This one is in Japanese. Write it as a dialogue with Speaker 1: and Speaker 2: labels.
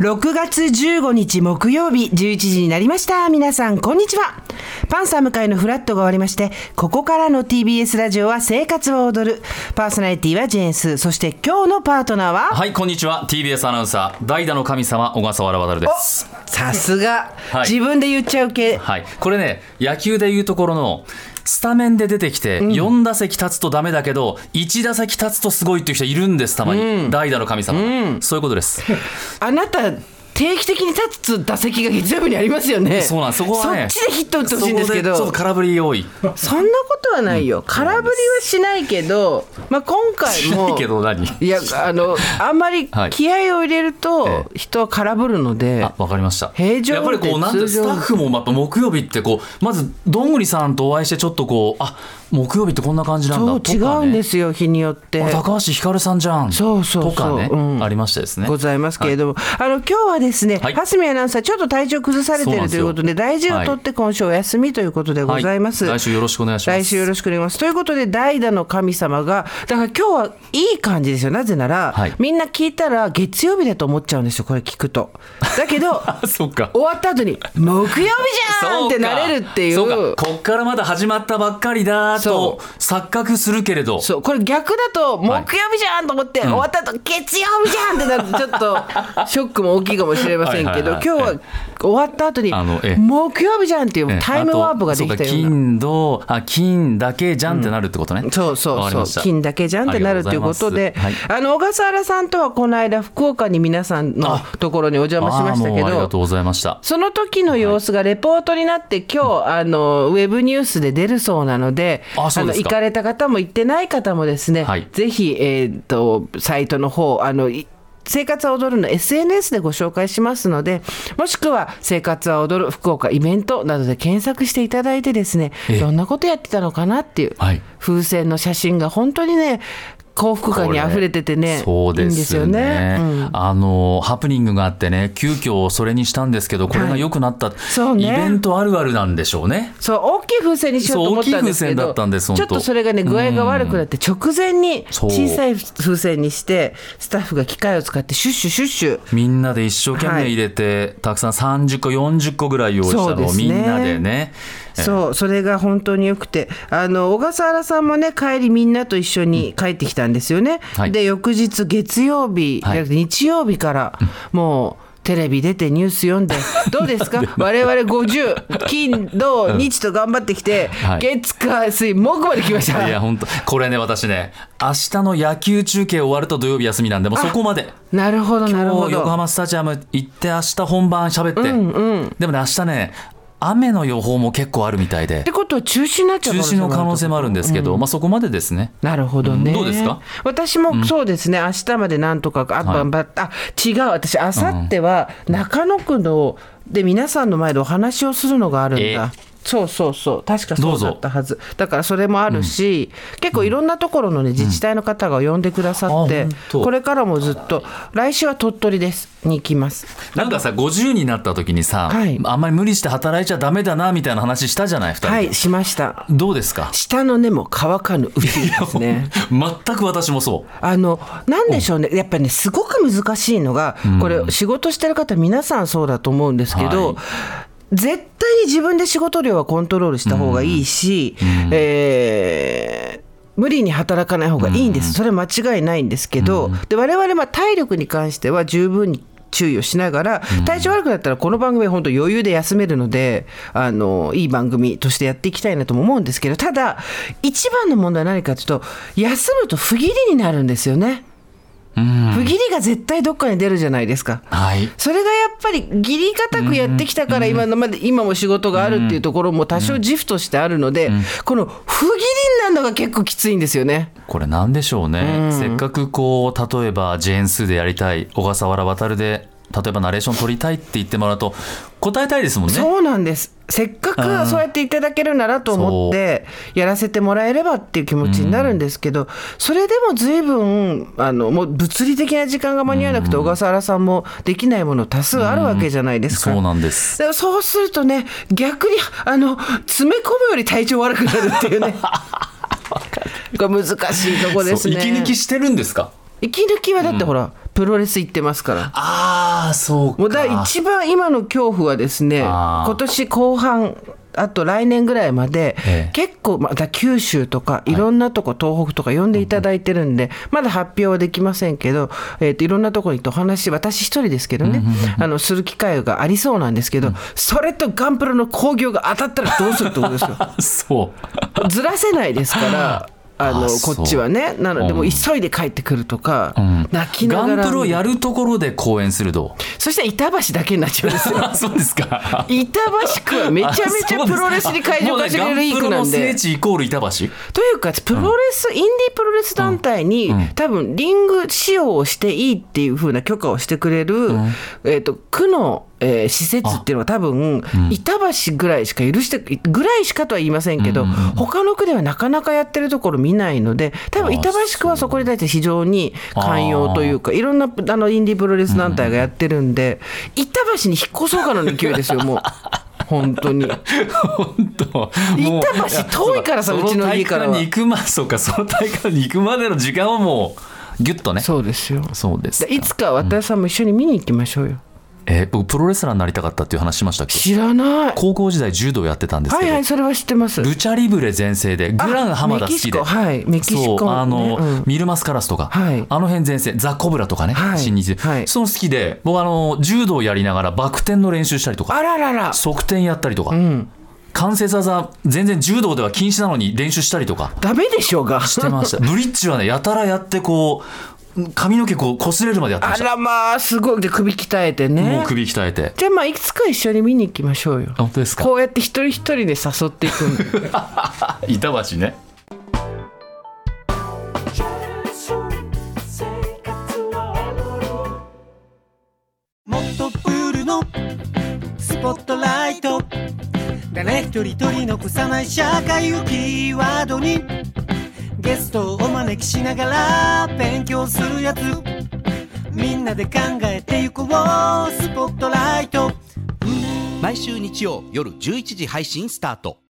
Speaker 1: 6月15日木曜日11時になりました。皆さんこんにちは。パンサー向井のフラットが終わりまして、ここからの TBS ラジオは生活は踊る。パーソナリティはジェーンス、そして今日のパートナーは、
Speaker 2: はい、こんにちは。 TBS アナウンサー代打の神様小笠原渉です。
Speaker 1: さすが、
Speaker 2: はい、
Speaker 1: 自分で言っちゃう系、
Speaker 2: はい、これね、野球でいうところのスタメンで出てきて4打席立つとダメだけど、1打席立つとすごいっていう人いるんです、たまに。代打の神様、そういうことです。
Speaker 1: あなた定期的に立つ打席が月曜日にありますよね。
Speaker 2: そうなん、そこはね、
Speaker 1: そっちでヒット打ってほしいんですけど、
Speaker 2: そこでちょっと空振り多い。
Speaker 1: そんなことはないよ、空振りはしないけど、今回も
Speaker 2: しないけど何、
Speaker 1: いや、あんまり気合を入れると人は空振るので、
Speaker 2: わかりました。
Speaker 1: 平常
Speaker 2: やっぱりこう、なんてスタッフもやっぱ木曜日ってこう、まずどんぐりさんとお会いしてちょっとこう、木曜日ってこんな感じなんだとか、ね、
Speaker 1: そう違うんですよ、日によって。
Speaker 2: 高橋ひかるさんじゃん
Speaker 1: そう
Speaker 2: とかね、ありましたですね。
Speaker 1: ございますけれども、今日はですね、蓮見アナウンサーちょっと体調崩されているということで、大事を取って今週お休みということでございます。
Speaker 2: 来週よろしくお願いします。
Speaker 1: 来週よろしくお願いします。ということで、代打の神様が、だから今日はいい感じですよ。なぜなら、みんな聞いたら月曜日だと思っちゃうんですよ、これ聞くと。だけど
Speaker 2: そうか、
Speaker 1: 終わった後に木曜日じゃんってなれるっていう。
Speaker 2: そうか、こっからまだ始まったばっかりだと錯覚するけれど、
Speaker 1: そう、これ逆だと木曜日じゃんと思って、終わった後月曜日じゃんってなると、ちょっとショックも大きいかもしれませんけど、今日は終わった後に木曜日じゃんっていうタイムワープができたような。
Speaker 2: 金だけじゃんってなるってことね。
Speaker 1: そう金だけじゃんってなるということで、小笠原さんとはこの間福岡に皆さんのところにお邪魔しましたけど、
Speaker 2: ありがとうございました。
Speaker 1: その時の様子がレポートになって、今日ウェブニュースで出るそうなので、行かれた方も行ってない方もですね、ぜひ、サイトの方、生活は踊るの SNS でご紹介しますので、もしくは生活は踊る福岡イベントなどで検索していただいてですね、どんなことやってたのかなっていう、風船の写真が本当にね、幸福感にあふれててね、
Speaker 2: そうですね、いいんですよね。ハプニングがあってね、急遽それにしたんですけど、これが良くなった、イベントあるあるなんでしょうね。そう、大きい風船にしようと思ったんですけど、ちょっとそれがね、具合が悪くなって直前に小さい風船にして、スタッフが機械を使ってシュッシュシュッシュ、みんなで一生懸命入れて、たくさん30個40個ぐらい用意したのをみんなでね、そう、それが本当によくて、小笠原さんもね、帰りみんなと一緒に帰ってきたんですよね。で、翌日月曜日、日曜日からもうテレビ出てニュース読んで、どうですか我々50金土日と頑張ってきて、月火水木まで来ました。いや本当、これね、私ね、明日の野球中継終わると土曜日休みなんで、もうそこまで。なるほどなるほど。今日横浜スタジアム行って明日本番喋って、でもね、明日ね、雨の予報も結構あるみたいで、ってことは中止になっちゃう、中止の可能性もあるんですけど、そこまでですね。なるほどね、どうですか。私もそうですね、明日までなんとか違う、私明後日は中野区ので皆さんの前でお話をするのがあるんだ。そう確かそうだったはず。だからそれもあるし、結構いろんなところのね、自治体の方が呼んでくださって、これからもずっと、来週は鳥取ですに行きます。なんかさ、50になった時にさ、あんまり無理して働いちゃダメだなみたいな話したじゃない、2人で。はい、しました。どうですか。下の根も乾かぬうちですね。全く私もそう。なんでしょうね、やっぱりね、すごく難しいのが、これ仕事してる方皆さんそうだと思うんですけど、絶対に自分で仕事量はコントロールした方がいいし、無理に働かない方がいいんです。それは間違いないんですけど、で我々は体力に関しては十分に注意をしながら、体調悪くなったらこの番組は本当余裕で休めるので、いい番組としてやっていきたいなとも思うんですけど、ただ一番の問題は何かというと、休むと不義理になるんですよね。不義理が絶対どっかに出るじゃないですか、それがやっぱり義理堅くやってきたから今も仕事があるっていうところも多少自負としてあるので、この不義理になるのが結構きついんですよね。これなんでしょうね、せっかくこう例えばジェーンスーでやりたい、小笠原渉で例えばナレーション取りたいって言ってもらうと答えたいですもんね。そうなんです。せっかくそうやっていただけるならと思ってやらせてもらえればっていう気持ちになるんですけど、それでも随分もう物理的な時間が間に合わなくて、小笠原さんもできないもの多数あるわけじゃないですか。そうなんです。でもそうするとね、逆に詰め込むより体調悪くなるっていうねこれ難しいとこですね。息抜きしてるんですか。息抜きはだってほら、プロレス行ってますから。 そうか。
Speaker 1: もう一番今の恐怖はですね、今年後半あと来年ぐらいまで、結構また九州とかいろんなとこ、東北とか呼んでいただいてるんで、まだ発表はできませんけど、いろんなところに行ってお話、私一人ですけどね、する機会がありそうなんですけど、それとガンプラの興行が当たったらどうするってことですよ。そうずらせないですからこっちはね。なのでもう急いで帰ってくるとか、泣きながら
Speaker 2: ガンプロやるところで公演すると、
Speaker 1: そしたら板橋だけになっちゃうんですよ。
Speaker 2: そうですか。
Speaker 1: 板橋区はめちゃめちゃプロレスに会場化してくれるいい区なんで、
Speaker 2: 聖地イコール板橋
Speaker 1: というかプロレス、インディープロレス団体に、多分リング使用をしていいっていう風な許可をしてくれる、区の施設っていうのは多分、板橋ぐらいしか許してぐらいしかとは言いませんけど、他の区ではなかなかやってるところ見ないので、多分板橋区はそこに対して非常に寛容というか、いろんなインディープロレス団体がやってるんで、板橋に引っ越そうかの勢いですよ。もう本当に板橋遠いからさ、うちの家からは。
Speaker 2: そうか、その大会に行くまでの時間はもうギュッとね。
Speaker 1: そうですよ。
Speaker 2: そうです。
Speaker 1: いつか渡さんも一緒に見に行きましょうよ。
Speaker 2: 僕プロレスラーになりたかったっていう話しましたっけ？
Speaker 1: 知らない。
Speaker 2: 高校時代柔道やってたんですけど、
Speaker 1: それは知ってます。
Speaker 2: ルチャリブレ全盛で、グラン浜田好きで、
Speaker 1: メキシコ、
Speaker 2: ミルマスカラスとか、あの辺全盛、ザ・コブラとかね、新日、その好きで、僕柔道やりながらバク転の練習したりとか、側転やったりとか、関節技全然柔道では禁止なのに練習したりとか、
Speaker 1: ダメでしょうが
Speaker 2: してました。ブリッジはね、やたらやって髪の毛擦れるまでやってました。
Speaker 1: まあすごい。で首鍛えてね。
Speaker 2: もう首鍛えて。
Speaker 1: じゃあいつか一緒に見に行きましょうよ。
Speaker 2: 本当ですか。
Speaker 1: こうやって一人一人で誘っていくんで。
Speaker 2: 板橋ね。
Speaker 3: もっとプールのスポットライト、誰一人取り残さない社会をキーワードに、ゲストをお招きしながら勉強するやつ、みんなで考えてゆこうスポットライト。
Speaker 4: 毎週日曜夜11時配信スタート。